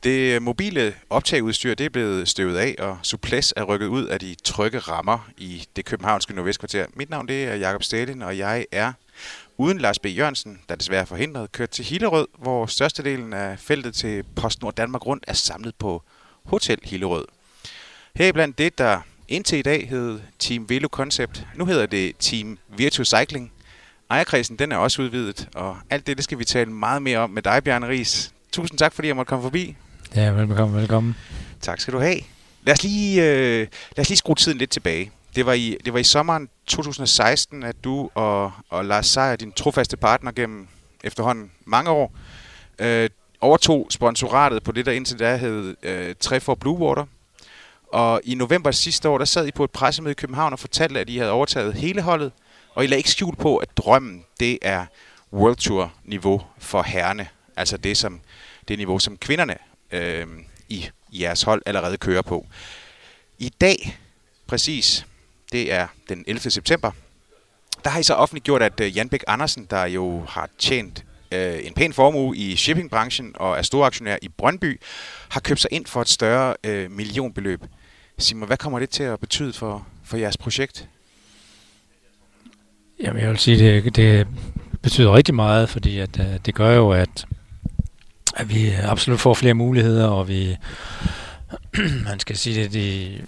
Det mobile optageudstyr det er blevet støvet af, og Suples er rykket ud af de trygge rammer i det københavnske Nordvestkvarter. Mit navn det er Jakob Stalin, og jeg er uden Lars B. Jørgensen, der desværre er forhindret, kørt til Hillerød, hvor størstedelen af feltet til PostNord Danmark Rundt er samlet på Hotel Hillerød. Heriblandt det, der indtil i dag hed Team Velo Concept, nu hedder det Team Virtu Cycling. Ejerkredsen den er også udvidet, og alt det skal vi tale meget mere om med dig, Bjarne Riis. Tusind tak, fordi jeg måtte komme forbi. Ja, velkommen. Tak skal du have. Lad os lige skrue tiden lidt tilbage. Det var i sommeren 2016, at du og Lars Seier, din trofaste partner gennem efterhånden mange år, overtog sponsoratet på det, der indtil da hed Trefor Blue Water. Og i november sidste år, der sad I på et pressemøde i København og fortalte, at I havde overtaget hele holdet. Og I lagde ikke skjul på, at drømmen, det er World Tour-niveau for herrene. Altså det niveau, som kvinderne i jeres hold allerede kører på. I dag, præcis, det er den 11. september, der har I så offentliggjort, at Jan Bæk Andersen, der jo har tjent en pæn formue i shippingbranchen og er storaktionær i Brøndby, har købt sig ind for et større millionbeløb. Sig mig, hvad kommer det til at betyde for jeres projekt? Jamen, jeg vil sige, det betyder rigtig meget, fordi at, det gør jo, at vi absolut får flere muligheder, og vi, man skal sige det,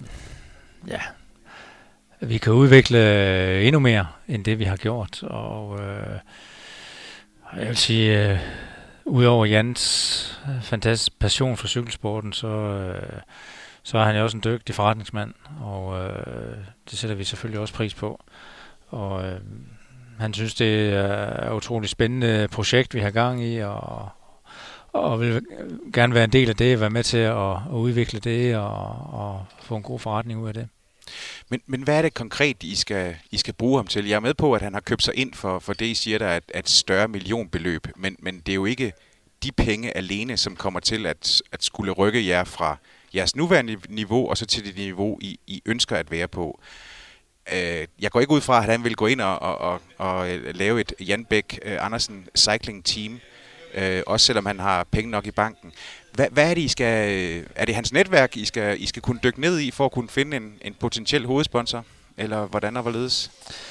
vi kan udvikle endnu mere, end det vi har gjort. Og jeg vil sige, udover Jans fantastisk passion for cykelsporten, så er han jo også en dygtig forretningsmand, og det sætter vi selvfølgelig også pris på. Og han synes, det er et utroligt spændende projekt, vi har gang i, og vil gerne være en del af det, være med til at udvikle det og få en god forretning ud af det. Men hvad er det konkret, I skal bruge ham til? Jeg er med på, at han har købt sig ind for det, I siger, der er et større millionbeløb, men det er jo ikke de penge alene, som kommer til at skulle rykke jer fra jeres nuværende niveau, og så til det niveau, I ønsker at være på. Jeg går ikke ud fra, at han vil gå ind og lave et Jan Bæk Andersen Cycling Team, også selvom han har penge nok i banken. Hvad er det, er det hans netværk, I skal kunne dykke ned i, for at kunne finde en potentiel hovedsponsor? Eller hvordan og hvorledes?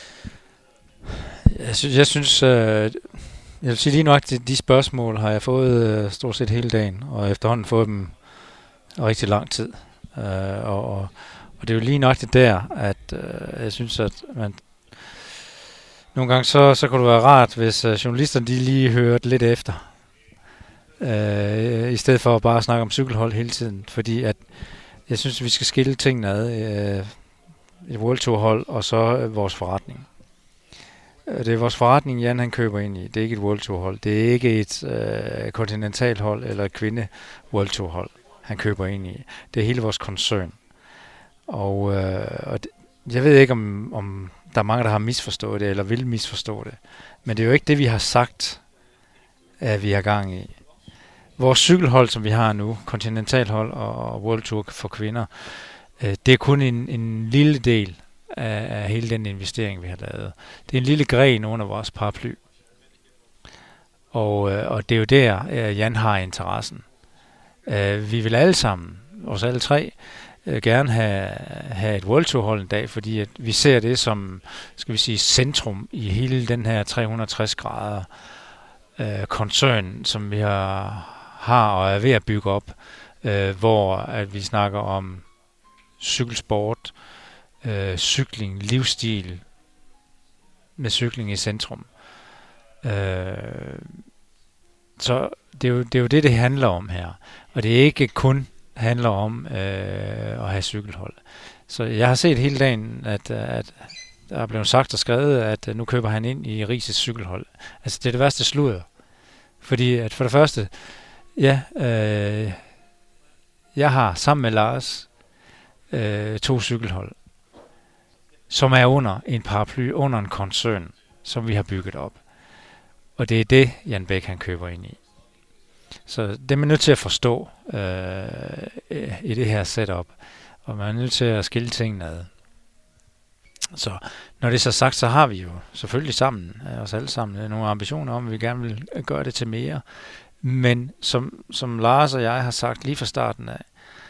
Jeg synes, jeg vil sige lige nok, at de spørgsmål har jeg fået stort set hele dagen, og efterhånden fået dem rigtig lang tid. Og det er jo lige nok det der, at jeg synes, at man nogle gange så kunne det være rart, hvis journalisterne de lige hørte lidt efter. I stedet for at bare snakke om cykelhold hele tiden. Fordi at jeg synes, at vi skal skille tingene ad. Et World Tour hold og så vores forretning. Det er vores forretning, Jan han køber ind i. Det er ikke et World Tour hold. Det er ikke et kontinentalhold eller et kvinde World Tour hold, han køber ind i. Det er hele vores koncern. Og jeg ved ikke, om der er mange, der har misforstået det, eller vil misforstå det. Men det er jo ikke det, vi har sagt, at vi har gang i. Vores cykelhold, som vi har nu, kontinentalhold og World Tour for kvinder, det er kun en lille del af hele den investering, vi har lavet. Det er en lille gren under vores paraply. Og det er jo der, Jan har interessen. Vi vil alle sammen, os alle tre, gerne have et World Tour hold en dag, fordi at vi ser det som, skal vi sige, centrum i hele den her 360 grader koncern, som vi har og er ved at bygge op, hvor at vi snakker om cykelsport, cykling, livsstil med cykling i centrum. Så det er jo det handler om her. Og det er ikke kun handler om at have cykelhold. Så jeg har set hele dagen, at der er blevet sagt og skrevet, at nu køber han ind i Riis' cykelhold. Altså det er det værste sludder. Fordi at for det første, jeg har sammen med Lars 2 cykelhold, som er under en paraply, under en koncern, som vi har bygget op. Og det er det, Jan Bæk han køber ind i. Så det er man nødt til at forstå i det her setup, og man er nødt til at skille tingene ad. Så når det er så sagt, så har vi jo selvfølgelig sammen, os alle sammen, nogle ambitioner om, at vi gerne vil gøre det til mere. Men som Lars og jeg har sagt lige fra starten af,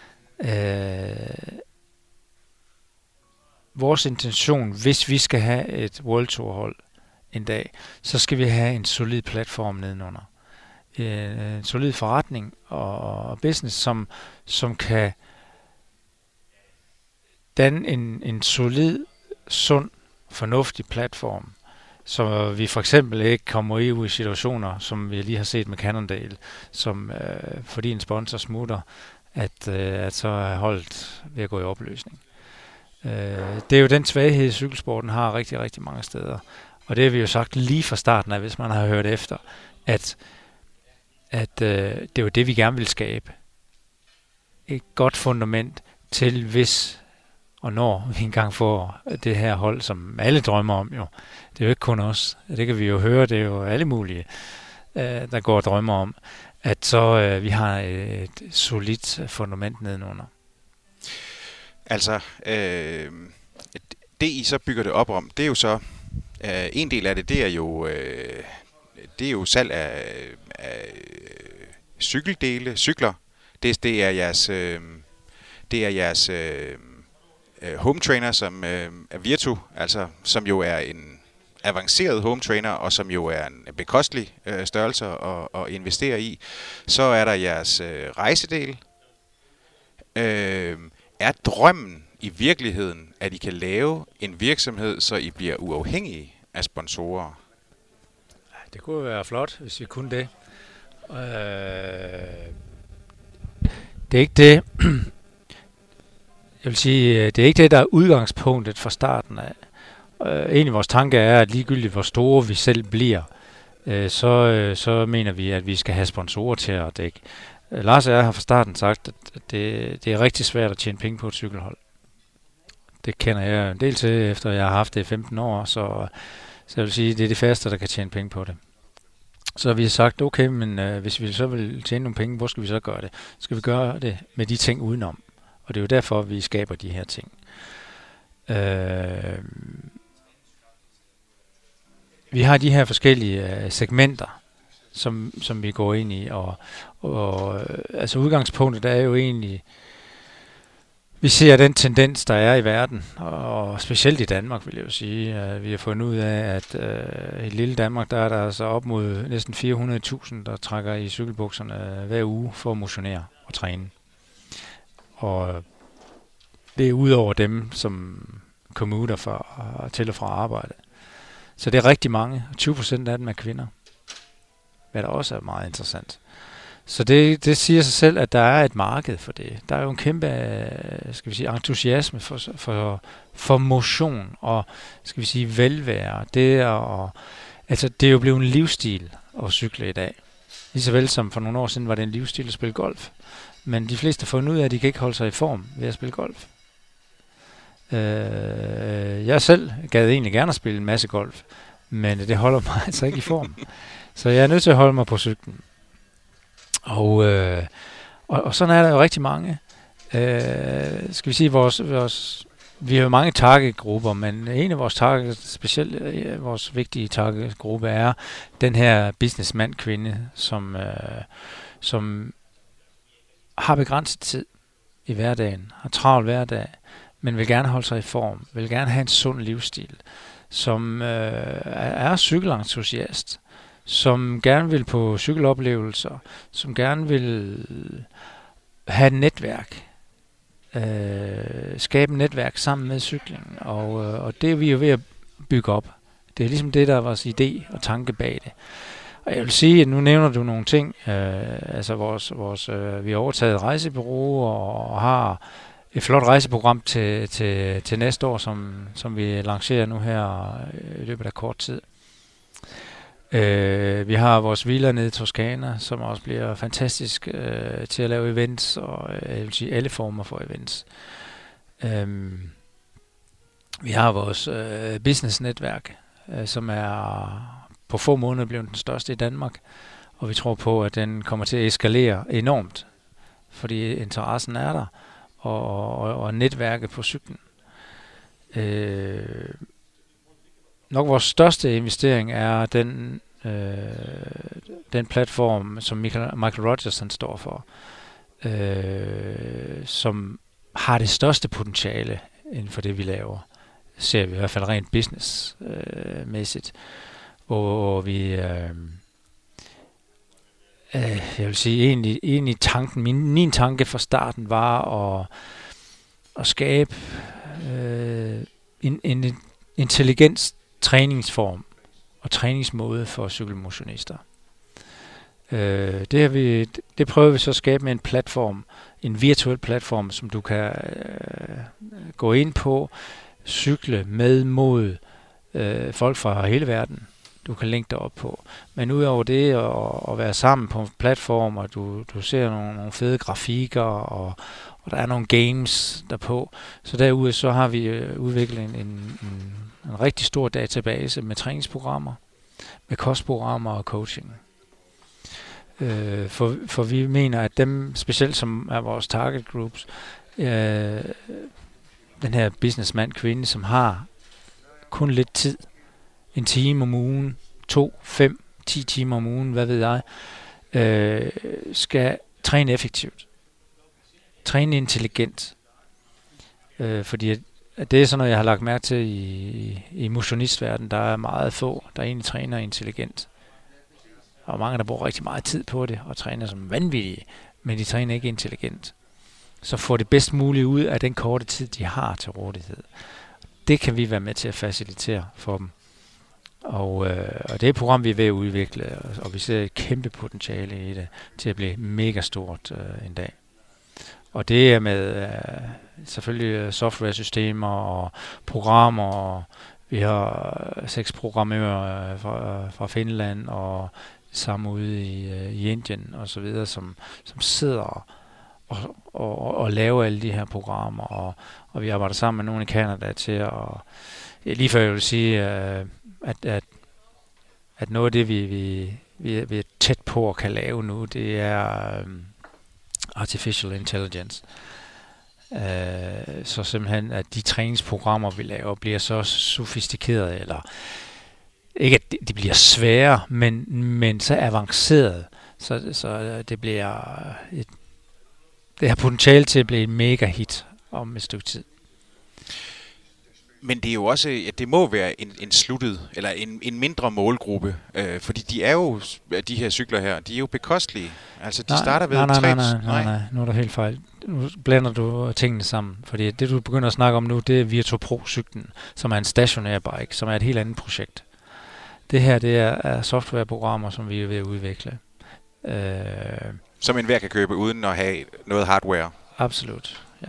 vores intention, hvis vi skal have et World Tour hold en dag, så skal vi have en solid platform nedenunder. En solid forretning og business, som kan danne en solid, sund, fornuftig platform, så vi for eksempel ikke kommer i situationer, som vi lige har set med Cannondale, som fordi en sponsor smutter, at så er holdet ved at gå i opløsning. Det er jo den svaghed, cykelsporten har rigtig, rigtig mange steder. Og det har vi jo sagt lige fra starten af, hvis man har hørt efter, at det er jo det, vi gerne vil skabe. Et godt fundament til, hvis og når vi engang får det her hold, som alle drømmer om jo. Det er jo ikke kun os. Det kan vi jo høre, det er jo alle mulige, der går og drømmer om, at så vi har et solidt fundament nedenunder. Altså, det I så bygger det op om, det er jo så, en del af det, det er jo salg af cykler. Det er jeres home trainer, som er Virtu, altså som jo er en avanceret home trainer, og som jo er en bekostelig størrelse at investere i. Så er der jeres rejsedel. Er drømmen i virkeligheden, at I kan lave en virksomhed, så I bliver uafhængige af sponsorer? Det kunne være flot, hvis vi kunne det. Det er ikke det. Jeg vil sige, det er ikke det, der er udgangspunktet fra starten af. En af vores tanker er, at ligegyldigt hvor store vi selv bliver, så mener vi, at vi skal have sponsorer til at dække. Lars og jeg har fra starten sagt, at det er rigtig svært at tjene penge på et cykelhold. Det kender jeg en del til, efter jeg har haft det i 15 år, så jeg vil sige, det er det færreste, der kan tjene penge på det. Så vi har sagt, okay, men hvis vi så vil tjene nogle penge, hvor skal vi så gøre det? Skal vi gøre det med de ting udenom? Og det er jo derfor, vi skaber de her ting. Vi har de her forskellige segmenter, som vi går ind i, og altså udgangspunktet er jo egentlig, vi ser den tendens, der er i verden, og specielt i Danmark, vil jeg jo sige, at vi har fundet ud af, at i lille Danmark, der er der altså op mod næsten 400.000, der trækker i cykelbukserne hver uge for at motionere og træne. Og det er ud over dem, som commuter til og fra arbejde. Så det er rigtig mange, og 20% af dem er kvinder, hvad der også er meget interessant. Så det siger sig selv, at der er et marked for det. Der er jo en kæmpe, skal vi sige, entusiasme for motion og, skal vi sige, velvære. Det er jo blevet en livsstil at cykle i dag. Lige så vel som for nogle år siden var det en livsstil at spille golf. Men de fleste har fundet ud af, at de kan ikke holde sig i form ved at spille golf. Jeg selv gad egentlig gerne at spille en masse golf, men det holder mig altså ikke i form. Så jeg er nødt til at holde mig på cyklen. Og sådan er der jo rigtig mange. Skal vi sige, vi har jo mange targetgrupper, men en af vores target, specielt vores vigtige targetgruppe, er den her businessmand-kvinde, som har begrænset tid i hverdagen, har travlt hverdag, men vil gerne holde sig i form, vil gerne have en sund livsstil, som er cykelentusiast, som gerne vil på cykeloplevelser, som gerne vil have et netværk, skabe et netværk sammen med cyklingen, og det er vi jo ved at bygge op. Det er ligesom det, der er vores idé og tanke bag det. Og jeg vil sige, at nu nævner du nogle ting, vi har overtaget et rejsebureau og har et flot rejseprogram til næste år, som vi lancerer nu her i løbet af kort tid. Vi har vores villa nede i Toscana, som også bliver fantastisk til at lave events, og jeg vil sige alle former for events. Vi har vores business-netværk, som er på få måneder blevet den største i Danmark, og vi tror på, at den kommer til at eskalere enormt, fordi interessen er der, og netværket på cyklen. Nok vores største investering er den platform, som Michael Rogers han står for, som har det største potentiale inden for det, vi laver, ser vi i hvert fald rent businessmæssigt, hvor vi, jeg vil sige, egentlig tanken, min tanke fra starten var at skabe en intelligent træningsform og træningsmåde for cykelmotionister. Det prøver vi så at skabe med en platform, en virtuel platform, som du kan gå ind på, cykle med mod folk fra hele verden. Du kan linke dig op på. Men udover det at være sammen på en platform, og du ser nogle fede grafikker, og der er nogle games derpå. Så derude så har vi udviklet en rigtig stor database med træningsprogrammer, med kostprogrammer og coaching. For vi mener, at dem, specielt som er vores target groups, den her businessmand-kvinde, som har kun lidt tid, en time om ugen, 2, 5, 10 timer om ugen, hvad ved jeg, skal træne effektivt. Træne intelligent. Fordi det er sådan noget, jeg har lagt mærke til i motionistverdenen. Der er meget få, der egentlig træner intelligent. Og mange, der bruger rigtig meget tid på det, og træner som vanvittige, men de træner ikke intelligent. Så får det bedst muligt ud af den korte tid, de har til rådighed. Det kan vi være med til at facilitere for dem. Og det er et program, vi er ved at udvikle, og vi ser et kæmpe potentiale i det, til at blive mega stort en dag. Og det er med selvfølgelig software-systemer og programmer, og vi har 6 programmører fra Finland, og samme ude i Indien og så videre, som sidder og laver alle de her programmer, og vi arbejder sammen med nogle i Canada til at, lige før jeg vil sige, at noget af det, vi er tæt på at kan lave nu, det er artificial intelligence. Så simpelthen, at de træningsprogrammer, vi laver, bliver så sofistikerede, eller ikke at de bliver svære, men så avancerede, så det bliver det har potentiale til at blive et mega hit om et stykke tid. Men det er jo også, at det må være en sluttet, eller en mindre målgruppe, fordi de er jo, de her cykler her, de er jo bekostelige. Altså, de starter ved nej, nu er du helt fejl. Nu blander du tingene sammen, fordi det, du begynder at snakke om nu, det er Virtuo Pro-cyklen, som er en stationær bike, som er et helt andet projekt. Det her, det er softwareprogrammer, som vi er ved at udvikle. Som enhver kan købe, uden at have noget hardware? Absolut, ja.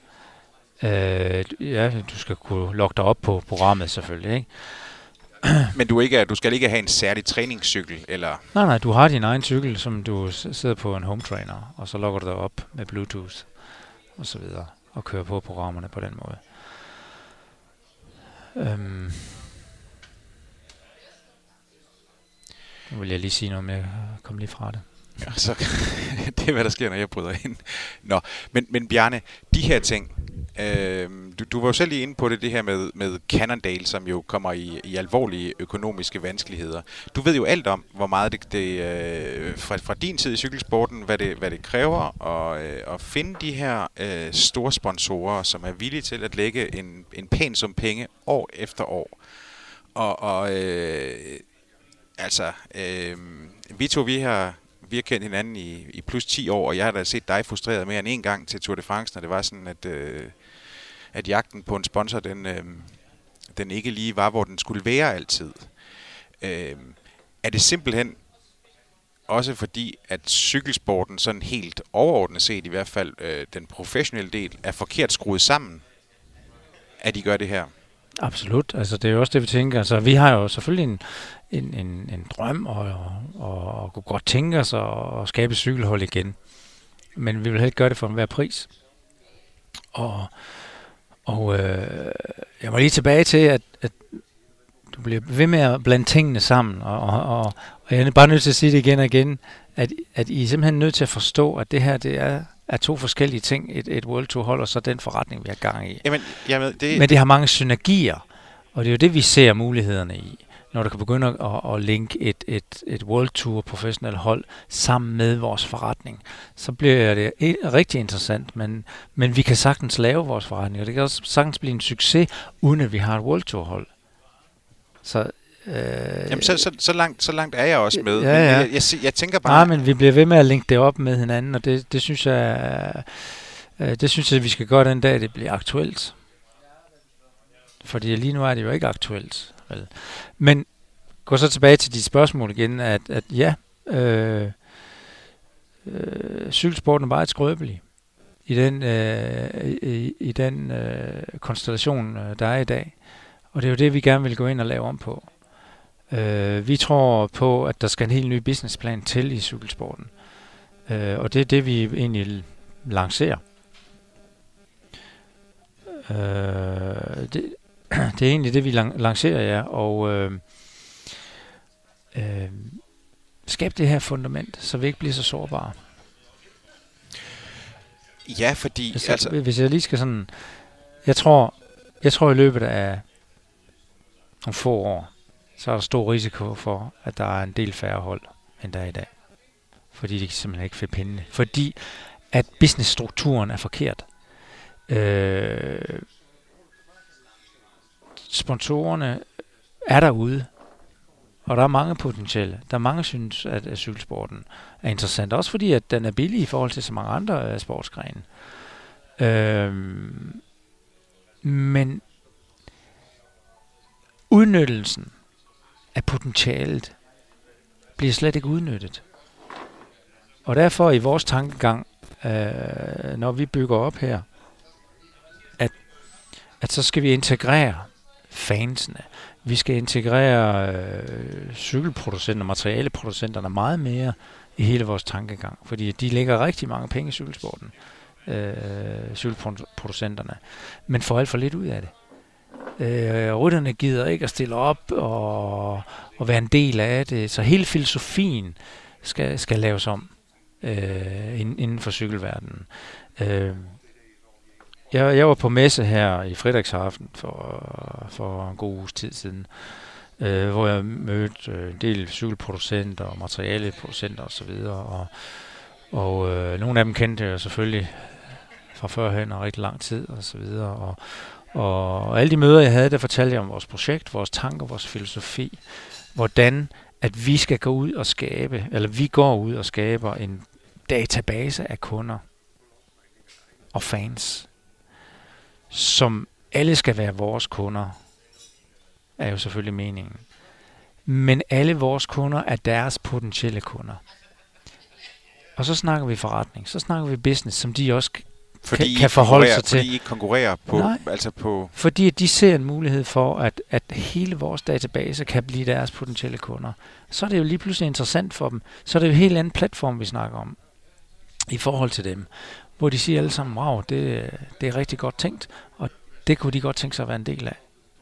Ja, du skal kunne logge dig op på programmet selvfølgelig, ikke? Men du skal ikke have en særlig træningscykel, eller? Nej, du har din egen cykel, som du sidder på en home trainer, og så logger du dig op med Bluetooth og så videre, og kører på programmerne på den måde. Nu vil jeg lige sige noget med at komme lige fra det. Ja, så det er, hvad der sker, når jeg bryder ind. Nå, men Bjarne, de her ting, du var jo selv lige inde på det her med Cannondale, som jo kommer i alvorlige økonomiske vanskeligheder. Du ved jo alt om, hvor meget det fra din tid i cykelsporten, hvad det kræver at finde de her store sponsorer, som er villige til at lægge en pæn sum penge år efter år. Vi har kendt hinanden i plus 10 år, og jeg har da set dig frustreret mere end en gang til Tour de France, når det var sådan, at jagten på en sponsor, den ikke lige var, hvor den skulle være altid. Er det simpelthen også fordi, at cykelsporten sådan helt overordnet set, i hvert fald den professionelle del, er forkert skruet sammen, at de gør det her? Absolut, altså det er jo også det, vi tænker. Altså vi har jo selvfølgelig en drøm, og kunne godt tænke os at skabe cykelhold igen. Men vi vil helst gøre det for enhver pris. Og jeg må lige tilbage til, at du bliver ved med at blande tingene sammen. Og jeg er bare nødt til at sige det igen og igen, at I er simpelthen nødt til at forstå, at det her, det er 2 forskellige ting. Et World Tour hold, og så den forretning, vi har gang i. Jamen, Men det har mange synergier, og det er jo det, vi ser mulighederne i. når du kan begynde at linke et World Tour professionelt hold sammen med vores forretning, så bliver det rigtig interessant, men vi kan sagtens lave vores forretning, og det kan også sagtens blive en succes, uden at vi har et World Tour hold. Så jamen, så langt er jeg også med. Ja. Men jeg tænker bare... Nej, men vi bliver ved med at linke det op med hinanden, og det synes jeg, vi skal gøre den dag, det bliver aktuelt. Fordi lige nu er det jo ikke aktuelt. Vel. Men gå så tilbage til de spørgsmål igen, at ja, cykelsporten er bare et skrøbelig i den konstellation, der er i dag. Og det er jo det, vi gerne vil gå ind og lave om på. Vi tror på, at der skal en helt ny businessplan til i cykelsporten. Og det er det, vi egentlig lancerer. Det er egentlig det, vi lancerer, ja. Og skab det her fundament, så vi ikke bliver så sårbare. Ja, fordi... Hvis jeg lige skal sådan... Jeg tror i løbet af nogle få år, så er der stor risiko for, at der er en del færre hold, end der er i dag. Fordi de simpelthen ikke får pengene. Fordi at businessstrukturen er forkert. Sponsorerne er derude, og der er mange potentielle. Der er mange, synes, at cykelsporten er interessant. Også fordi, at den er billig i forhold til så mange andre sportsgrene. Men udnyttelsen af potentialet bliver slet ikke udnyttet. Og derfor i vores tankegang, når vi bygger op her, at så skal vi integrere fansene. Vi skal integrere cykelproducenter, materialeproducenterne meget mere i hele vores tankegang, fordi de lægger rigtig mange penge i cykelsporten, cykelproducenterne, men får alt for lidt ud af det. Rytterne gider ikke at stille op og være en del af det, så hele filosofien skal laves om inden for cykelverdenen. Jeg var på messe her i Frederikshavn for en god uges tid siden, hvor jeg mødte en del cykelproducenter og materialeproducenter osv. Og nogle af dem kendte jeg selvfølgelig fra førhen og rigtig lang tid osv. Og alle de møder, jeg havde, der fortalte jeg om vores projekt, vores tanker, vores filosofi, hvordan at vi skal gå ud og skabe, eller vi går ud og skaber en database af kunder og fans, som alle skal være vores kunder, er jo selvfølgelig meningen. Men alle vores kunder er deres potentielle kunder. Og så snakker vi forretning, så snakker vi business, som de også kan forholde sig til. Fordi I konkurrerer på... Nej, altså på... fordi de ser en mulighed for, at hele vores database kan blive deres potentielle kunder. Så er det jo lige pludselig interessant for dem. Så er det jo en helt anden platform, vi snakker om i forhold til dem. Hvor de siger alle sammen, wow, det er rigtig godt tænkt, og det kunne de godt tænke sig at være en del af.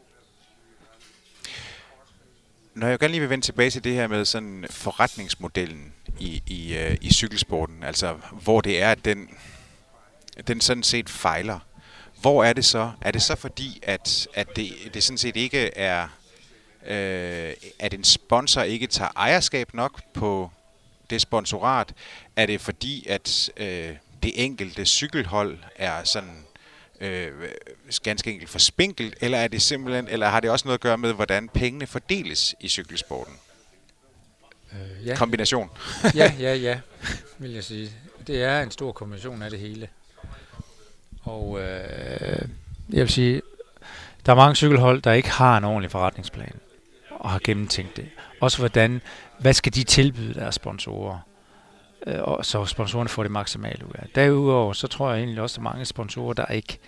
Når jeg gerne lige vil vende tilbage til det her med sådan forretningsmodellen i cykelsporten, altså hvor det er, at den sådan set fejler. Hvor er det så? Er det så fordi, at det sådan set ikke er, at en sponsor ikke tager ejerskab nok på det sponsorat? Er det fordi, at det enkelte cykelhold er sådan ganske enkelt for spinkelt, eller er det simpelthen, eller har det også noget at gøre med, hvordan pengene fordeles i cykelsporten? Ja. Kombination. ja, vil jeg sige. Det er en stor kombination af det hele. Og jeg vil sige, der er mange cykelhold, der ikke har en ordentlig forretningsplan og har gennemtænkt det. Også hvad skal de tilbyde deres sponsorer? Og så sponsorerne får det maksimalt ud af. Derudover, så tror jeg egentlig også, at mange sponsorer, der ikke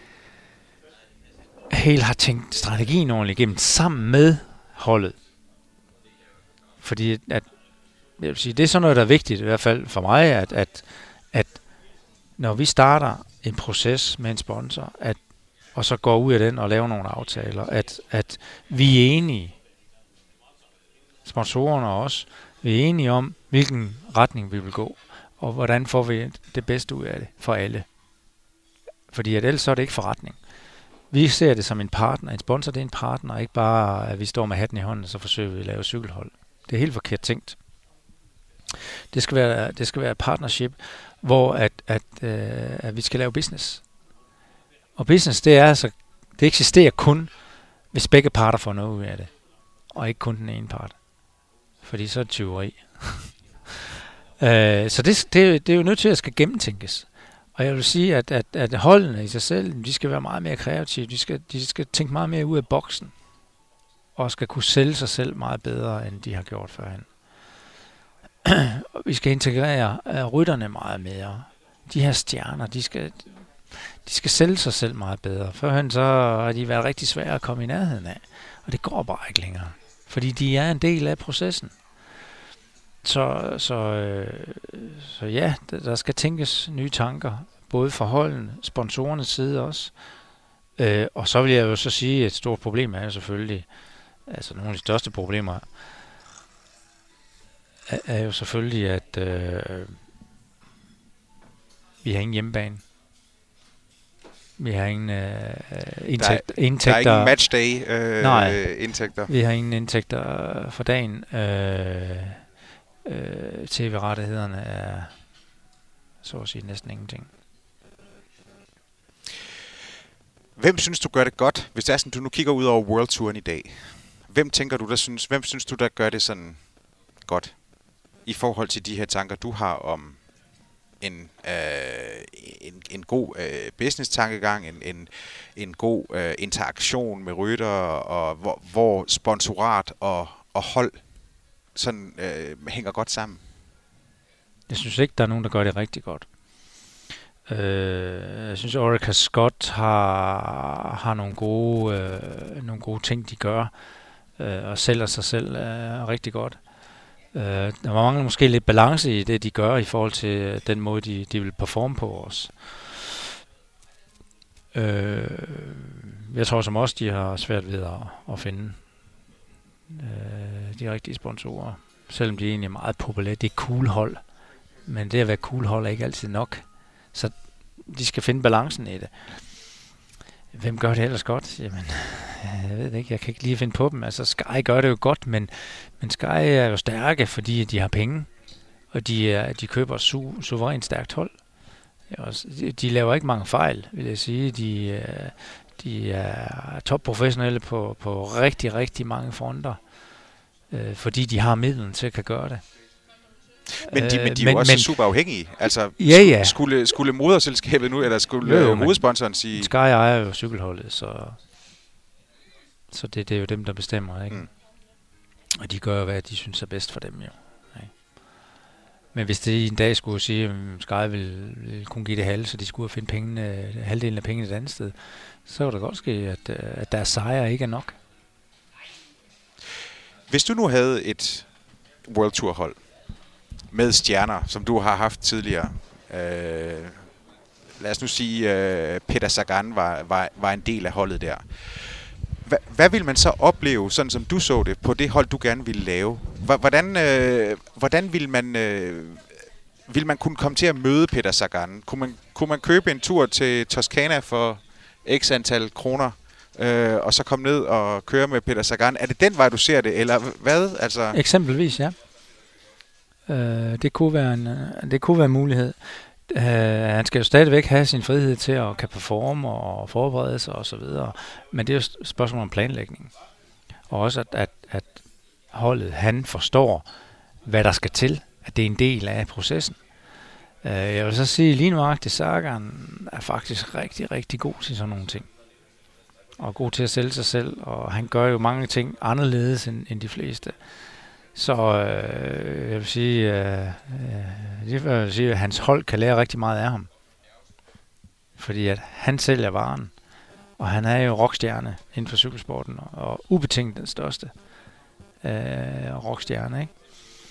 helt har tænkt strategien ordentligt igennem sammen med holdet. Fordi at, jeg vil sige, det er sådan noget, der er vigtigt, i hvert fald for mig, at når vi starter en proces med en sponsor, og så går ud af den og laver nogle aftaler, at vi er enige, sponsorerne og os, vi er enige om, hvilken retning vi vil gå, og hvordan får vi det bedste ud af det for alle. Fordi at ellers så er det ikke forretning. Vi ser det som en partner. En sponsor, det er en partner, ikke bare, at vi står med hatten i hånden, og så forsøger vi at lave cykelhold. Det er helt forkert tænkt. Det skal være et partnership, hvor at vi skal lave business. Og business, det eksisterer kun, hvis begge parter får noget ud af det. Og ikke kun den ene part. Fordi så er det tyveri. Så det er jo nødt til at skal gennemtænkes. Og jeg vil sige, at holdene i sig selv, de skal være meget mere kreative. De skal tænke meget mere ud af boksen. Og skal kunne sælge sig selv meget bedre, end de har gjort førhen. Vi skal integrere rytterne meget mere. De her stjerner, de skal sælge sig selv meget bedre. Førhen så har de været rigtig svære at komme i nærheden af. Og det går bare ikke længere. Fordi de er en del af processen. Så ja, der skal tænkes nye tanker. Både for holden, sponsorernes side også. Og så vil jeg jo så sige, at et stort problem er jo selvfølgelig, altså nogle af de største problemer, er jo selvfølgelig, at vi har ingen hjemmebane. Vi har ingen indtægter. Der er ingen matchday indtægter. Vi har ingen indtægter for dagen. TV-rettighederne er så at sige næsten ingenting. Hvem synes du gør det godt, hvis det er sådan, du nu kigger ud over World Touren i dag? Hvem synes du, der gør det sådan godt i forhold til de her tanker, du har om en god business-tankegang, en god interaktion med rytter, og hvor sponsorat og hold sådan hænger godt sammen? Jeg synes ikke, der er nogen, der gør det rigtig godt. Jeg synes, Orica Scott har nogle gode ting, de gør, og sælger sig selv rigtig godt. Der mangler måske lidt balance i det, de gør, i forhold til den måde, de vil performe på os. Jeg tror som også, de har svært ved at finde de rigtige sponsorer. Selvom de egentlig er meget populære. Det er cool hold. Men det at være cool hold er ikke altid nok. Så de skal finde balancen i det. Hvem gør det ellers godt? Jamen, jeg ved det ikke. Jeg kan ikke lige finde på dem. Altså, Sky gør det jo godt, men Sky er jo stærke, fordi de har penge. Og de køber suverænt stærkt hold. De laver ikke mange fejl, vil jeg sige. De er topprofessionelle på rigtig, rigtig mange fronter. Fordi de har midlen til at kan gøre det. Men de er jo også super afhængige. Altså, ja. Skulle moderselskabet nu, eller skulle hovedsponsoren sige... Sky ejer jo cykelholdet, så det er jo dem, der bestemmer, ikke? Mm. Og de gør jo, hvad de synes er bedst for dem, jo. Ikke? Men hvis det en dag skulle sige, at Sky vil kun give det halve, så de skulle finde halvdelen af pengene et andet sted, så var det godt ske, at deres sejre ikke er nok. Hvis du nu havde et World Tour hold med stjerner, som du har haft tidligere, lad os nu sige, Peter Sagan var en del af holdet der. Hvad vil man så opleve, sådan som du så det, på det hold, du gerne ville lave? Hvordan vil man kunne komme til at møde Peter Sagan? Kunne man købe en tur til Toscana for x antal kroner, og så komme ned og køre med Peter Sagan? Er det den vej, du ser det, eller hvad? Altså... Eksempelvis, ja. Det kunne være en mulighed. Han skal jo stadigvæk have sin frihed til at kan performe og forberede sig og så videre. Men det er jo et spørgsmål om planlægning. Og også at holdet, han forstår, hvad der skal til. At det er en del af processen. Jeg vil så sige, lige nuagtigt, Sagan er faktisk rigtig, rigtig god til sådan nogle ting. Og god til at sælge sig selv. Og han gør jo mange ting anderledes end de fleste. Så jeg vil sige, at hans hold kan lære rigtig meget af ham. Fordi at han sælger varen. Og han er jo rockstjerne inden for cykelsporten. Og ubetinget den største rockstjerne, ikke?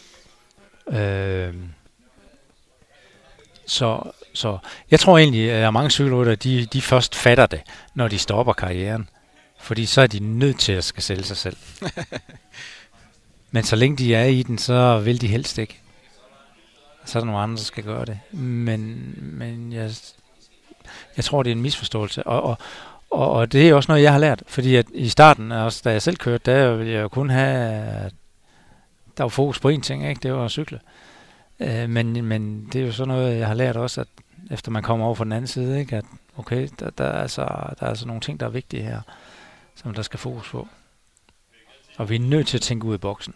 Så jeg tror egentlig, at mange cykelryttere, de først fatter det, når de stopper karrieren. Fordi så er de nødt til at skal sælge sig selv. Men så længe de er i den, så vil de helst ikke. Så er der nogle andre, der skal gøre det. Men jeg tror, det er en misforståelse. Og det er også noget, jeg har lært, fordi at i starten, også da jeg selv kørte, der ville jeg jo kun have, der var fokus på én ting, ikke? Det var at cykle. Men det er jo sådan noget, jeg har lært også, at efter man kommer over på den anden side, ikke? At okay, der er altså nogle ting, der er vigtige her, som der skal fokus på. Og vi er nødt til at tænke ud af boksen.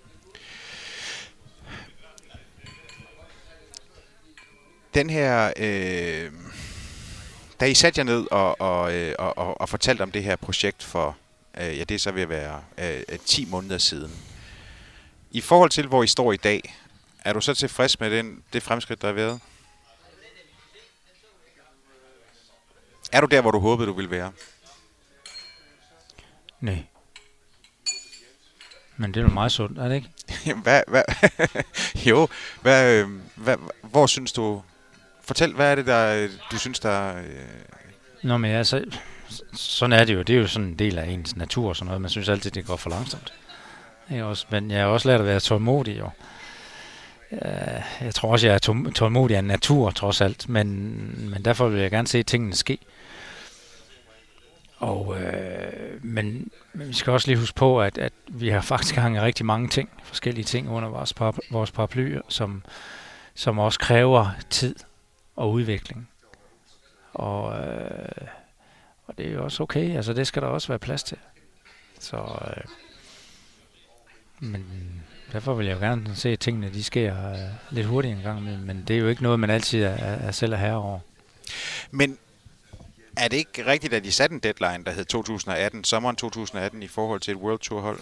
Den her, da I satte jer ned og fortalte om det her projekt for, det er så ved at være 10 måneder siden. I forhold til, hvor I står i dag, er du så tilfreds med det fremskridt, der har været? Er du der, hvor du håbede, du ville være? Nej. Men det er jo meget sundt, er det ikke? Jo, hvor synes du... Fortæl, hvad er det, du synes, der... Nå, men altså, sådan er det jo. Det er jo sådan en del af ens natur og sådan noget. Man synes altid, det går for langsomt. Men jeg har også lært at være tålmodig, jo. Jeg tror også, jeg er tålmodig af natur, trods alt. Men derfor vil jeg gerne se tingene ske. Men vi skal også lige huske på, at vi har faktisk hanget rigtig mange ting, forskellige ting under vores paraply, som også kræver tid og udvikling. Og det er jo også okay, altså det skal der også være plads til. Men derfor vil jeg jo gerne se, at tingene de sker lidt hurtigt en gang, men det er jo ikke noget, man altid er selv herre over. Men er det ikke rigtigt, at I satte en deadline, der hed 2018, sommeren 2018, i forhold til et World Tour hold?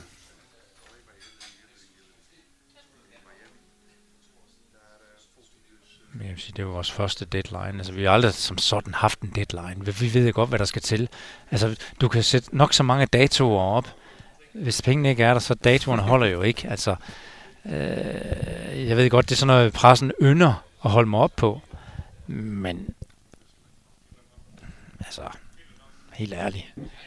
Jeg vil sige, det var vores første deadline. Altså, vi har aldrig som sådan haft en deadline. Vi ved godt, hvad der skal til. Altså, du kan sætte nok så mange datoer op. Hvis pengene ikke er der, så datoerne holder jo ikke. Altså, jeg ved godt, det er sådan noget, pressen ynder at holde mig op på. Men, altså, helt ærligt.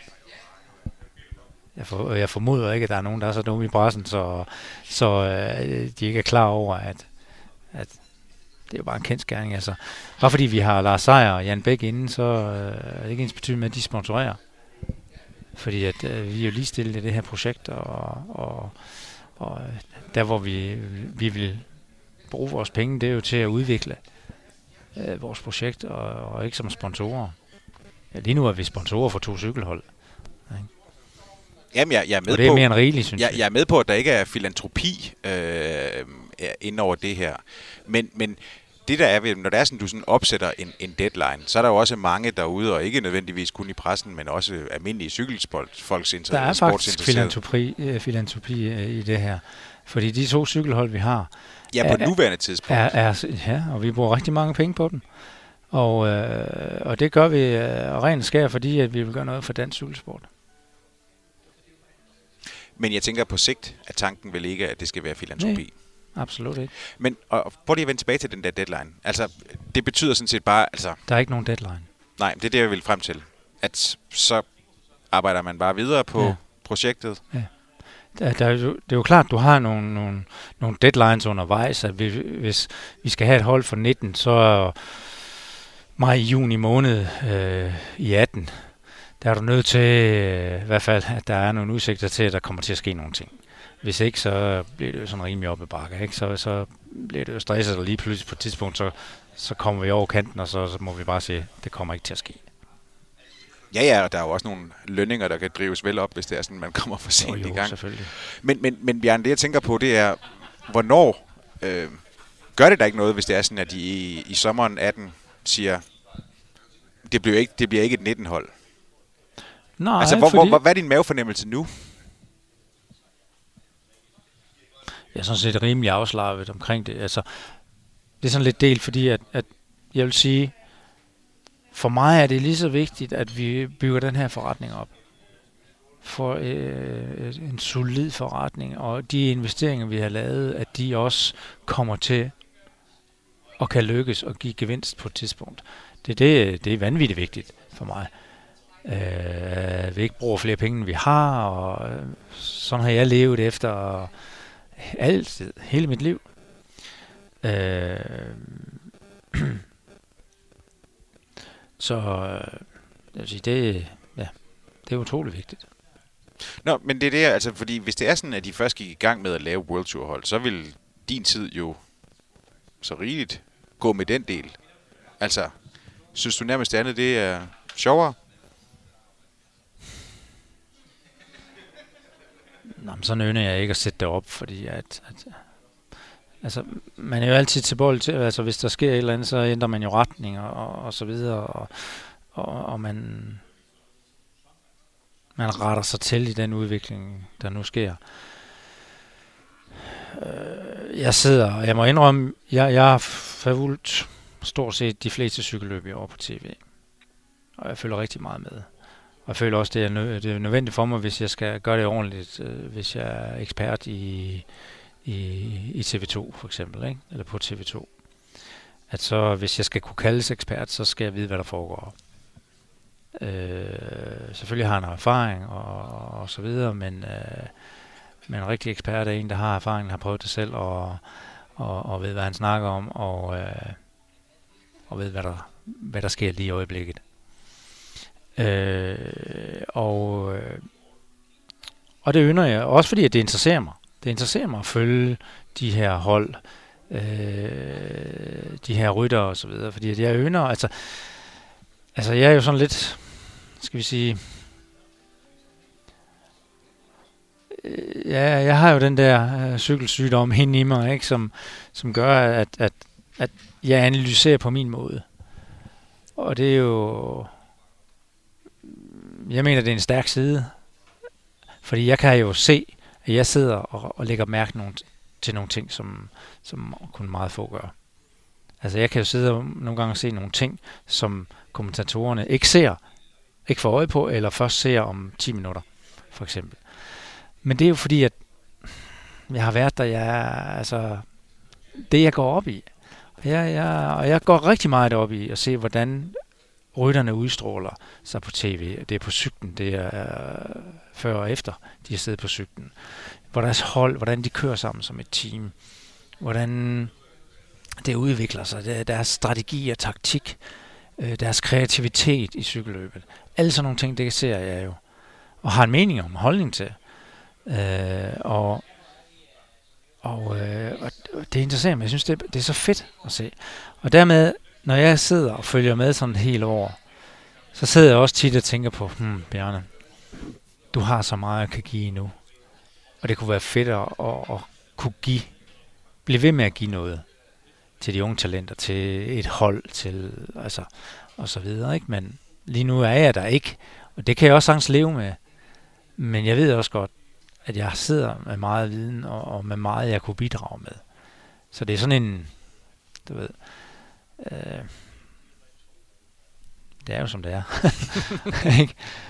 Jeg formoder ikke, at der er nogen, der er så dumme i pressen, så de ikke er klar over, at det er jo bare en kendsgerning. Altså. Bare fordi vi har Lars Seier og Jan Bæk inden, så er det ikke ens betydning med, at de sponsorerer. Fordi at, vi er jo lige stillet i det her projekt, og der hvor vi vil bruge vores penge, det er jo til at udvikle vores projekt, og ikke som sponsorer. Ja, lige nu er vi sponsorer for 2 cykelhold. Ikke? Jamen, jeg er med og det er på, mere end rigeligt, synes jeg. Jeg er med på, at der ikke er filantropi ind over det her. Men det der er ved, når det er sådan, du sådan opsætter en deadline, så er der jo også mange derude, og ikke nødvendigvis kun i pressen, men også almindelige cykelfolks interesse. Der er faktisk filantropi i det her. Fordi de 2 cykelhold, vi har... Ja, på nuværende tidspunkt. Ja, og vi bruger rigtig mange penge på dem. Og det gør vi rent skær, fordi at vi vil gøre noget for dansk cykelsport. Men jeg tænker på sigt, at tanken vel ikke, at det skal være filantropi. Nej, absolut ikke. Men prøv lige at vende tilbage til den der deadline. Altså, det betyder sådan set bare... Altså, der er ikke nogen deadline. Nej, det er det, jeg vil frem til. At så arbejder man bare videre på projektet. Ja. Det er jo klart, at du har nogle deadlines undervejs. At hvis vi skal have et hold for 19, så maj-juni måned i 18, der er du nødt til, i hvert fald, at der er nogle udsigter til, at der kommer til at ske nogle ting. Hvis ikke, så bliver det jo sådan rimelig op ad bakke, ikke? Så bliver det jo stresset, og lige pludselig på et tidspunkt, så kommer vi over kanten, og så må vi bare sige, at det kommer ikke til at ske. Ja, og der er jo også nogle lønninger, der kan drives vel op, hvis det er sådan, man kommer for sent i gang. Selvfølgelig. Men Bjørn, det jeg tænker på, det er, hvornår gør det da ikke noget, hvis det er sådan, at de i sommeren 18 siger, det bliver ikke et 19-hold? Nej, altså, hvad er din mavefornemmelse nu? Jeg er sådan set rimelig afslappet omkring det. Altså, det er sådan lidt delt, fordi at jeg vil sige, for mig er det lige så vigtigt, at vi bygger den her forretning op. For en solid forretning, og de investeringer, vi har lavet, at de også kommer til at kan lykkes og give gevinst på et tidspunkt. Det er vanvittigt vigtigt for mig. Vi ikke bruger flere penge, end vi har, og sådan har jeg levet efter altid, hele mit liv. Så jeg vil sige, det, ja, Det er utrolig vigtigt. Nå, men det er det, altså, fordi hvis det er sådan, at de først gik i gang med at lave World Tour hold, så vil din tid jo så rigeligt gå med den del. Altså, synes du nærmest det andet, det er sjovere? Nå, men sådan ønsker jeg ikke at sætte det op, fordi altså, man er jo altid tilbøjelig til, altså hvis der sker et eller andet, så ændrer man jo retning og så videre, og man retter sig til i den udvikling, der nu sker. Jeg må indrømme, jeg har fulgt stort set de fleste cykelløb i år på tv, og jeg følger rigtig meget med. Og jeg føler også, det er nødvendigt for mig, hvis jeg skal gøre det ordentligt, hvis jeg er ekspert i TV2 for eksempel, ikke? Eller på TV2. At så, hvis jeg skal kunne kaldes ekspert, så skal jeg vide, hvad der foregår. Selvfølgelig har han erfaring og så videre, men en rigtig ekspert er en, der har erfaring, har prøvet det selv og ved, hvad han snakker om, og ved, hvad der sker lige i øjeblikket. Og det ynder jeg, også fordi at det interesserer mig. Det interesserer mig at følge de her hold, de her rytter og så videre, fordi at jeg ynder, altså jeg er jo sådan lidt, skal vi sige, jeg har jo den der cykelsygdom inde i mig, ikke, som gør, at jeg analyserer på min måde. Og det er jo, jeg mener, det er en stærk side, fordi jeg kan jo se, at jeg sidder og lægger mærke til nogle ting, som kun meget få gør. Altså jeg kan jo sidde og nogle gange se nogle ting, som kommentatorerne ikke får øje på, eller først ser om 10 minutter, for eksempel. Men det er jo fordi, at jeg har været der, det jeg går op i. Og jeg går rigtig meget op i at se, hvordan rytterne udstråler sig på tv. Det er på cyklen, det er før og efter, de har siddet på cyklen. Hvor deres hold, hvordan de kører sammen som et team. Hvordan det udvikler sig, deres strategi og taktik, deres kreativitet i cykelløbet. Alle sådan nogle ting, det ser jeg jo. Og har en mening om, holdning til. Og det interesserer mig. Jeg synes, det er så fedt at se. Og dermed, når jeg sidder og følger med sådan et helt år, så sidder jeg også tit og tænker på, Bjarne, du har så meget at kan give nu. Og det kunne være fedt at kunne blive ved med at give noget til de unge talenter, til et hold, til og så videre, ikke? Men lige nu er jeg der ikke, og det kan jeg også sagtens leve med. Men jeg ved også godt, at jeg sidder med meget viden, og med meget, jeg kunne bidrage med. Så det er sådan en, du ved, det er jo som det er. Ikke?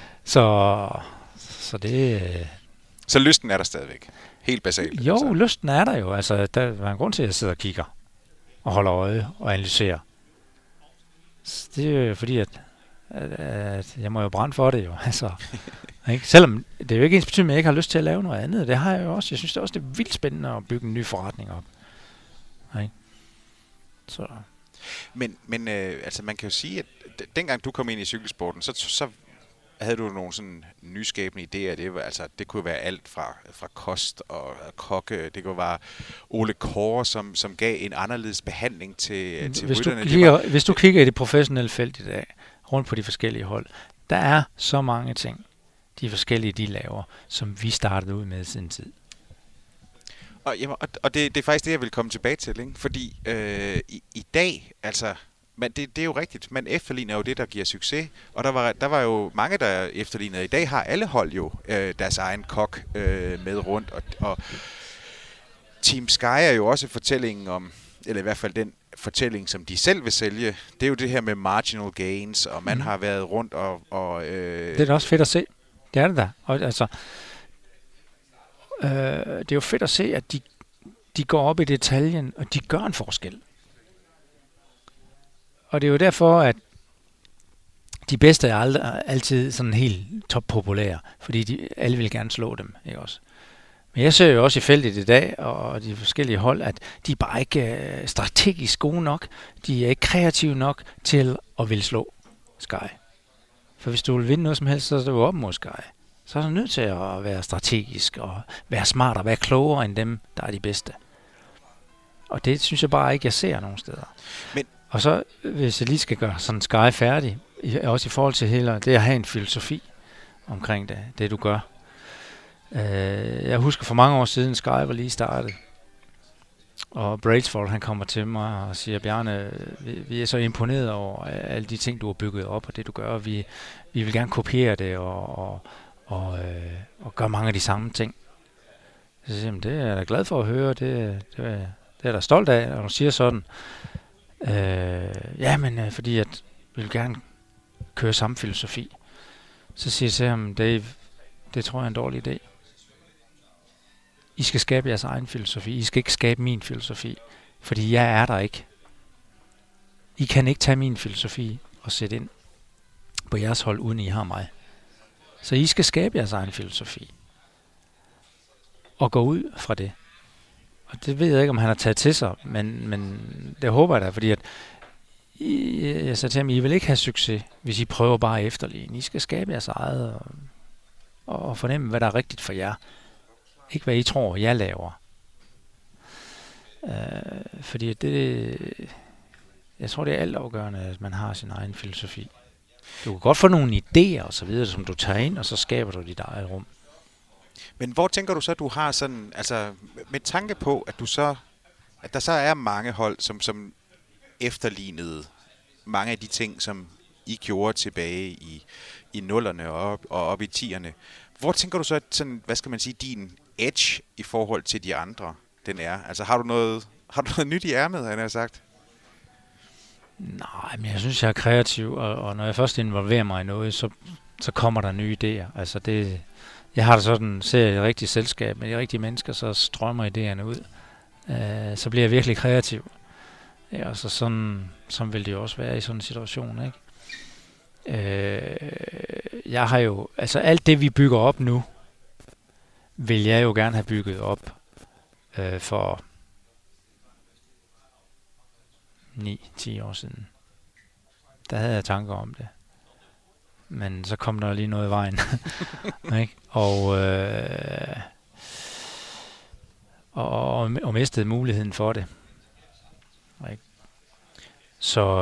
Så det... Så lysten er der stadigvæk? Helt basalt? Jo, altså. Lysten er der jo. Altså, der er en grund til, at jeg sidder og kigger, og holder øje, og analyserer. Så det er jo fordi, at jeg må jo brænde for det jo. Altså, ikke? Selvom det er jo ikke ens betydning, at jeg ikke har lyst til at lave noget andet. Det har jeg jo også. Jeg synes det også, det er vildt spændende at bygge en ny forretning op. Ikke? Så... Men altså man kan jo sige, at dengang du kom ind i cykelsporten, så havde du nogle sådan nyskabende idéer. Det kunne være alt fra kost og kokke. Det kunne være Ole Kåre, som gav en anderledes behandling til rytterne. Hvis du kigger i det professionelle felt i dag, rundt på de forskellige hold, der er så mange ting, de forskellige de laver, som vi startede ud med siden tid. Og det er faktisk det, jeg vil komme tilbage til, ikke? Fordi i dag, altså, det er jo rigtigt, man efterligner jo det, der giver succes, og der var jo mange, der efterlignede. I dag har alle hold jo deres egen kok med rundt, og Team Sky er jo også fortællingen om, eller i hvert fald den fortælling, som de selv vil sælge, det er jo det her med marginal gains, og man har været rundt og Det er da også fedt at se. Det er det da. Og altså... det er jo fedt at se, at de går op i detaljen, og de gør en forskel. Og det er jo derfor, at de bedste er altid sådan helt toppopulære, fordi alle vil gerne slå dem, ikke også? Men jeg ser jo også i feltet i dag, og de forskellige hold, at de er bare ikke strategisk gode nok. De er ikke kreative nok til at ville slå Sky. For hvis du vil vinde noget som helst, så er det jo op mod Sky. Så er du nødt til at være strategisk og være smart og være klogere end dem, der er de bedste. Og det synes jeg bare ikke, jeg ser nogen steder. Men og så, hvis jeg lige skal gøre sådan Sky færdig, også i forhold til hele det at have en filosofi omkring det du gør. Jeg husker for mange år siden, Sky var lige startet. Og Brailsford, han kommer til mig og siger, Bjarne, vi er så imponeret over alle de ting, du har bygget op, og det du gør. Vi vil gerne kopiere det og gøre mange af de samme ting. Så siger jeg, det er jeg da glad for at høre, det er jeg da stolt af, og du siger sådan. Fordi at vi vil gerne køre samme filosofi. Så siger jeg til ham, Dave, det tror jeg er en dårlig idé. I skal skabe jeres egen filosofi. I skal ikke skabe min filosofi. Fordi jeg er der ikke. I kan ikke tage min filosofi og sætte ind på jeres hold, uden I har mig. Så I skal skabe jeres egen filosofi. Og gå ud fra det. Og det ved jeg ikke, om han har taget til sig, men det håber jeg da, fordi at jeg sagde til ham, I vil ikke have succes, hvis I prøver bare at efterligne. I skal skabe jeres eget og fornemme, hvad der er rigtigt for jer. Ikke hvad I tror, jeg laver. Fordi jeg tror, det er altafgørende, at man har sin egen filosofi. Du kan godt få nogle idéer og så videre, som du tager ind, og så skaber du dit eget rum. Men hvor tænker du så, at du har sådan, altså med tanke på, at der så er mange hold, som efterlignede mange af de ting, som I gjorde tilbage i nullerne og op i 10'erne. Hvor tænker du så, at sådan, hvad skal man sige, din edge i forhold til de andre, den er? Altså har du noget nyt i ærmet, han har sagt? Nej, men jeg synes, jeg er kreativ, og når jeg først involverer mig i noget, så kommer der nye idéer. Altså jeg har det sådan, ser jeg et rigtigt selskab med de rigtige mennesker, så strømmer idéerne ud. Så bliver jeg virkelig kreativ. Ja, og så sådan vil det jo også være i sådan en situation, ikke? Jeg har jo, altså alt det vi bygger op nu, vil jeg jo gerne have bygget op for 9-10 år siden. Der havde jeg tanker om det. Men så kom der lige noget i vejen. Ikke? Og mistede muligheden for det. Ikke? Så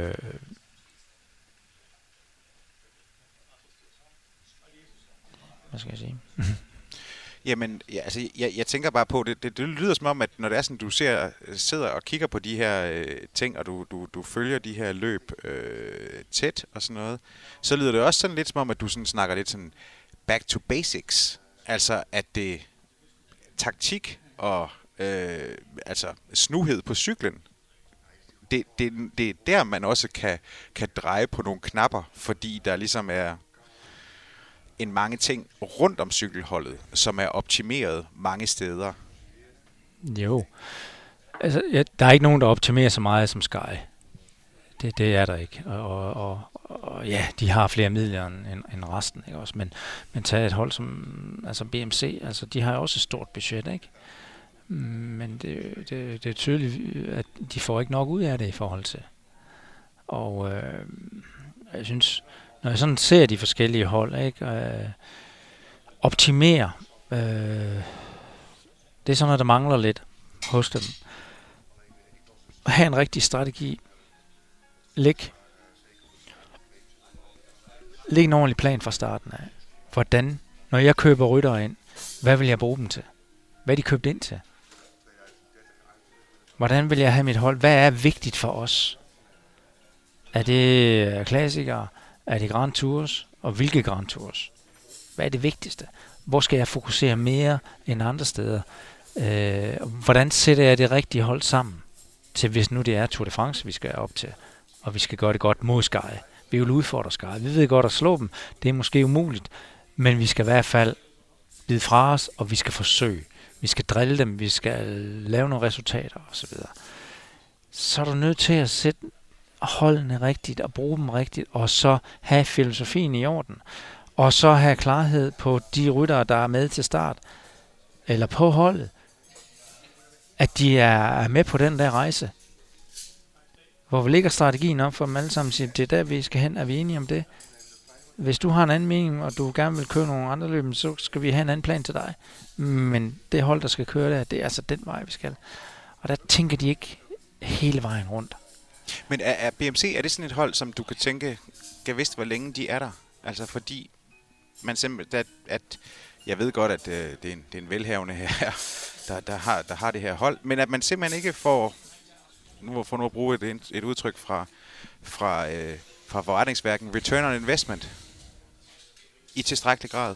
hvad skal jeg sige? Jamen, ja, altså, jeg tænker bare på, det lyder som om, at når det er sådan, du sidder og kigger på de her ting, og du følger de her løb tæt og sådan noget, så lyder det også sådan lidt som om, at du sådan snakker lidt sådan back to basics. Altså, at det taktik og altså snuhed på cyklen, det er der, man også kan dreje på nogle knapper, fordi der ligesom er mange ting rundt om cykelholdet, som er optimeret mange steder. Jo. Altså, der er ikke nogen, der optimerer så meget som Sky. Det er der ikke. Og ja, de har flere midler end resten, ikke også? Men tag et hold som altså BMC, altså de har også et stort budget, ikke? Men det er tydeligt, at de får ikke nok ud af det i forhold til. Og jeg synes, når jeg sådan ser de forskellige hold, ikke, optimere, det er sådan noget, der mangler lidt hos dem. Have en rigtig strategi. Læg en ordentlig plan fra starten af. Hvordan, når jeg køber ryttere ind, hvad vil jeg bruge dem til? Hvad er de købt ind til? Hvordan vil jeg have mit hold? Hvad er vigtigt for os? Er det klassikere? Er det Grand Tours? Og hvilke Grand Tours? Hvad er det vigtigste? Hvor skal jeg fokusere mere end andre steder? Hvordan sætter jeg det rigtige hold sammen? Til hvis nu det er Tour de France, vi skal op til. Og vi skal gøre det godt mod Sky. Vi vil udfordre Sky. Vi ved godt at slå dem. Det er måske umuligt. Men vi skal i hvert fald lide fra os, og vi skal forsøge. Vi skal drille dem. Vi skal lave nogle resultater osv. Så er du nødt til at sætte holdene rigtigt og bruge dem rigtigt, og så have filosofien i orden. Og så have klarhed på de ryttere, der er med til start, eller på holdet, at de er med på den der rejse. Hvor vi lægger strategien op for dem alle sammen, siger, det er der, vi skal hen, er vi enige om det? Hvis du har en anden mening, og du gerne vil køre nogle andre løb, så skal vi have en anden plan til dig. Men det hold, der skal køre der, det er altså den vej, vi skal. Og der tænker de ikke hele vejen rundt. Men er BMC, er det sådan et hold, som du kan tænke, kan vidste, hvor længe de er der? Altså fordi man simpelthen, at jeg ved godt, at det er en velhavende her, der har det her hold, men at man simpelthen ikke får, for nu at bruge et udtryk fra forretningsværken, return on investment i tilstrækkelig grad.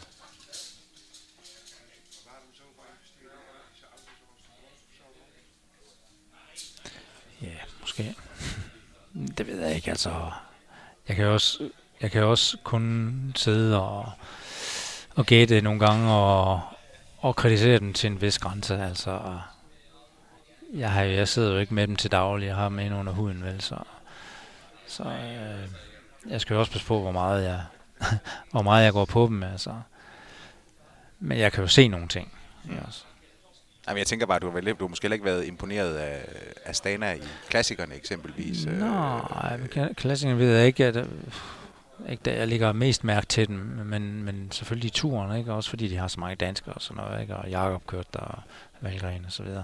Ja, måske. Det ved jeg ikke, altså. Jeg kan også kun sidde og gætte nogle gange og kritisere dem til en vis grænse, altså. Jeg sidder jo ikke med dem til daglig, jeg har dem inde under huden, vel, så jeg skal jo også passe på, hvor meget jeg går på dem, altså. Men jeg kan jo se nogle ting. Ja, altså. Jamen, jeg tænker bare, at du har måske ikke været imponeret af Astana i klassikerne eksempelvis. Nej, klassikerne ved jeg ikke, ikke da jeg ligger mest mærke til dem, men selvfølgelig i turen, ikke? Også fordi de har så mange danskere og sådan noget, ikke? Og Jakob kørt der, og Valgren og så videre.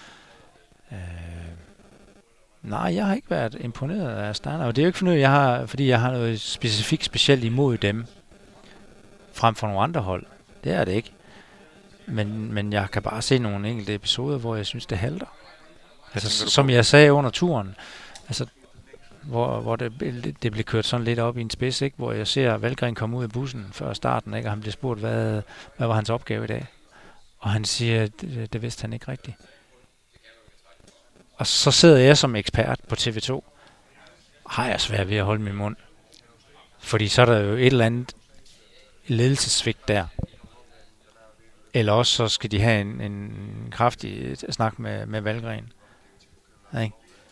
Nej, jeg har ikke været imponeret af Astana, og det er jo ikke fordi jeg har noget specielt imod dem, frem for nogle andre hold. Det er det ikke. Men jeg kan bare se nogle enkelte episoder, hvor jeg synes, det halter. Altså, som jeg sagde under turen, altså, hvor det blev kørt sådan lidt op i en spids, ikke? Hvor jeg ser Valgren komme ud af bussen før starten, ikke? Og han bliver spurgt, hvad var hans opgave i dag? Og han siger, at det vidste han ikke rigtigt. Og så sidder jeg som ekspert på TV2, har jeg svært ved at holde min mund. Fordi så er der jo et eller andet ledelsessvigt der. Eller også så skal de have en kraftig snak med Valgren. Ikke?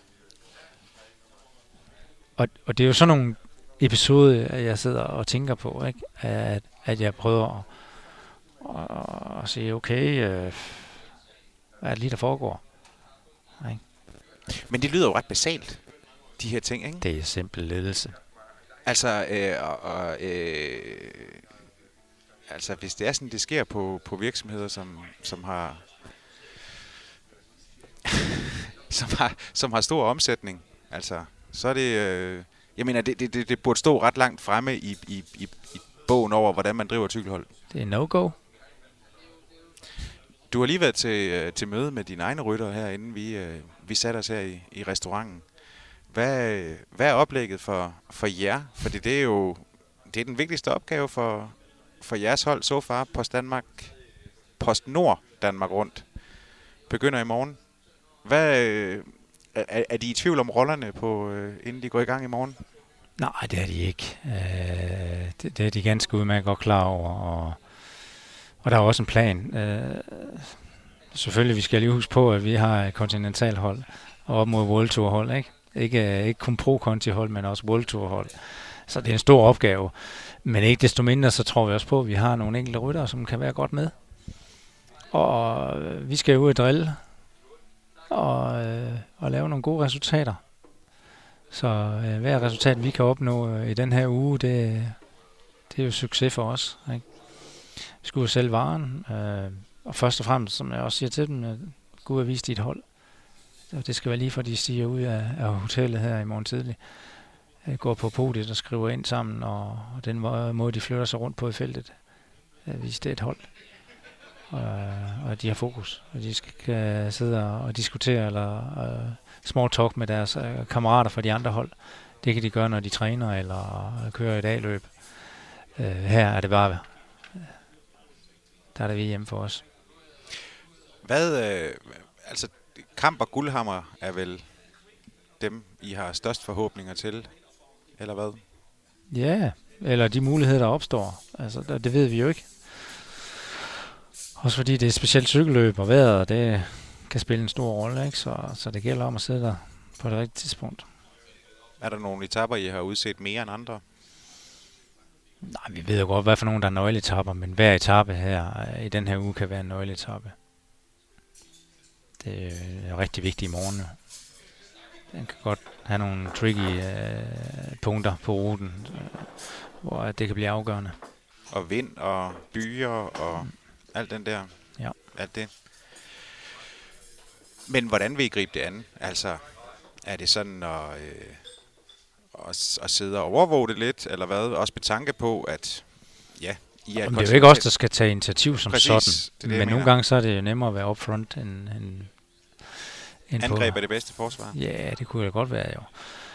Og det er jo sådan nogle episoder, jeg sidder og tænker på, ikke? At jeg prøver at sige, okay, hvad er det lige, der foregår? Ikke? Men det lyder jo ret basalt, de her ting, ikke? Det er simpel ledelse. Altså, altså hvis det er sådan, det sker på virksomheder, som har som har stor omsætning, altså, så er det, jeg mener, det burde stå ret langt fremme i bogen over, hvordan man driver et cykelhold. Det er no-go. Du har lige været til møde med dine egne rytter her, inden vi satte os her i restauranten. Hvad er oplægget for jer? Fordi det er den vigtigste opgave for jeres hold så far. Post Nord Danmark rundt begynder i morgen. Er de i tvivl om rollerne inden de går i gang i morgen? Nej, det er de ikke. Det er de ganske udmærket godt klar over, og der er også en plan. Selvfølgelig, vi skal lige huske på, at vi har et kontinentalhold og op mod World Tour hold, ikke? Ikke kun pro-conti hold, men også World Tour hold. Så det er en stor opgave. Men ikke desto mindre, så tror vi også på, at vi har nogle enkelte ryttere, som kan være godt med. Og vi skal ud og drille og lave nogle gode resultater. Så hver resultat, vi kan opnå i den her uge, det er jo succes for os. Ikke? Vi skal ud og sælge varen. Og først og fremmest, som jeg også siger til dem, gå ud og vise dit hold. Det skal være lige for, de stiger ud af hotellet her i morgen tidlig. Går på podiet og skriver ind sammen, og den måde, de flytter sig rundt på i feltet, vise det et hold. Og de har fokus, og de skal sidde og diskutere eller small talk med deres kammerater fra de andre hold. Det kan de gøre, når de træner eller kører et A-løb. Her er det bare, der er det VM for os. Altså Kamp og Guldhammer er vel dem, I har størst forhåbninger til, eller hvad? Ja, eller de muligheder, der opstår. Altså, det ved vi jo ikke. Også fordi det er et specielt cykelløb, og vejret, det kan spille en stor rolle, ikke? Så det gælder om at sidde der på det rigtige tidspunkt. Er der nogle etaper, I har udset mere end andre? Nej, vi ved jo godt, hvad for nogle, der er nøgleetapper, men hver etape her i den her uge kan være en nøgleetappe. Det er rigtig vigtigt i morgen. Den kan godt have nogle tricky punkter på ruten, hvor det kan blive afgørende. Og vind og byer og alt den der. Ja. Alt det. Men hvordan vil I gribe det an? Altså, er det sådan at sidde og overvåge det lidt, eller hvad? Også med tanke på, at ja, I er... Det er jo ikke os, der skal tage initiativ som præcis, sådan. Men nogle gange så er det jo nemmere at være upfront end angreb er det bedste forsvar? Ja, det kunne det godt være jo.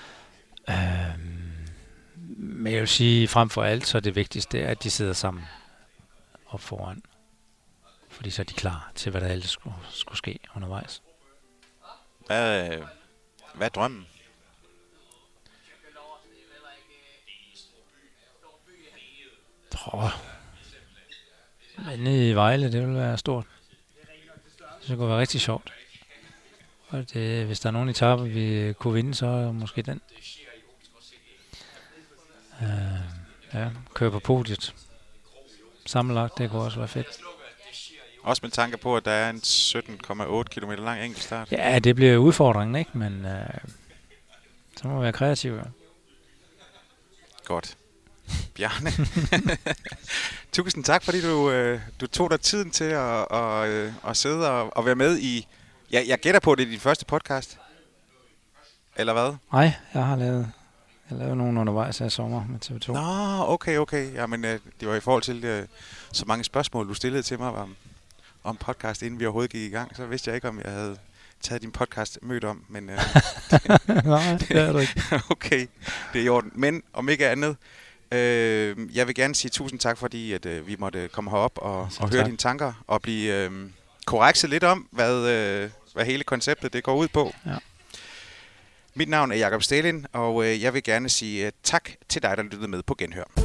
Men jeg vil sige, frem for alt, så er det vigtigste, at de sidder sammen op foran. Fordi så er de klar til, hvad der ellers skulle ske undervejs. Hvad er drømmen? Men nede i Vejle, det vil være stort. Det kunne være rigtig sjovt. Og det, hvis der er nogen etape, vi kunne vinde, så er måske den. Køre på podiet. Sammenlagt, det kunne også være fedt. Også med tanke på, at der er en 17,8 km lang enkeltstart. Ja, det bliver udfordringen, ikke? Men så må vi være kreative. Ja. Godt. Bjarne. Tusind tak, fordi du tog dig tiden til at sidde og være med i... Jeg gætter på, det er din første podcast. Eller hvad? Nej, jeg har lavet nogen undervejs af sommer med TV2. Nå, okay. Jamen, det var i forhold til så mange spørgsmål, du stillede til mig om podcast, inden vi overhovedet gik i gang. Så vidste jeg ikke, om jeg havde taget din podcast mødt om. Men, Nej, det er det ikke. Okay, det er i orden. Men om ikke andet, jeg vil gerne sige tusind tak, fordi at, vi måtte komme herop og høre dine tanker og blive korrekset lidt om, hvad hele konceptet det går ud på. Ja. Mit navn er Jakob Stalin, og jeg vil gerne sige tak til dig, der lyttede med på Genhør.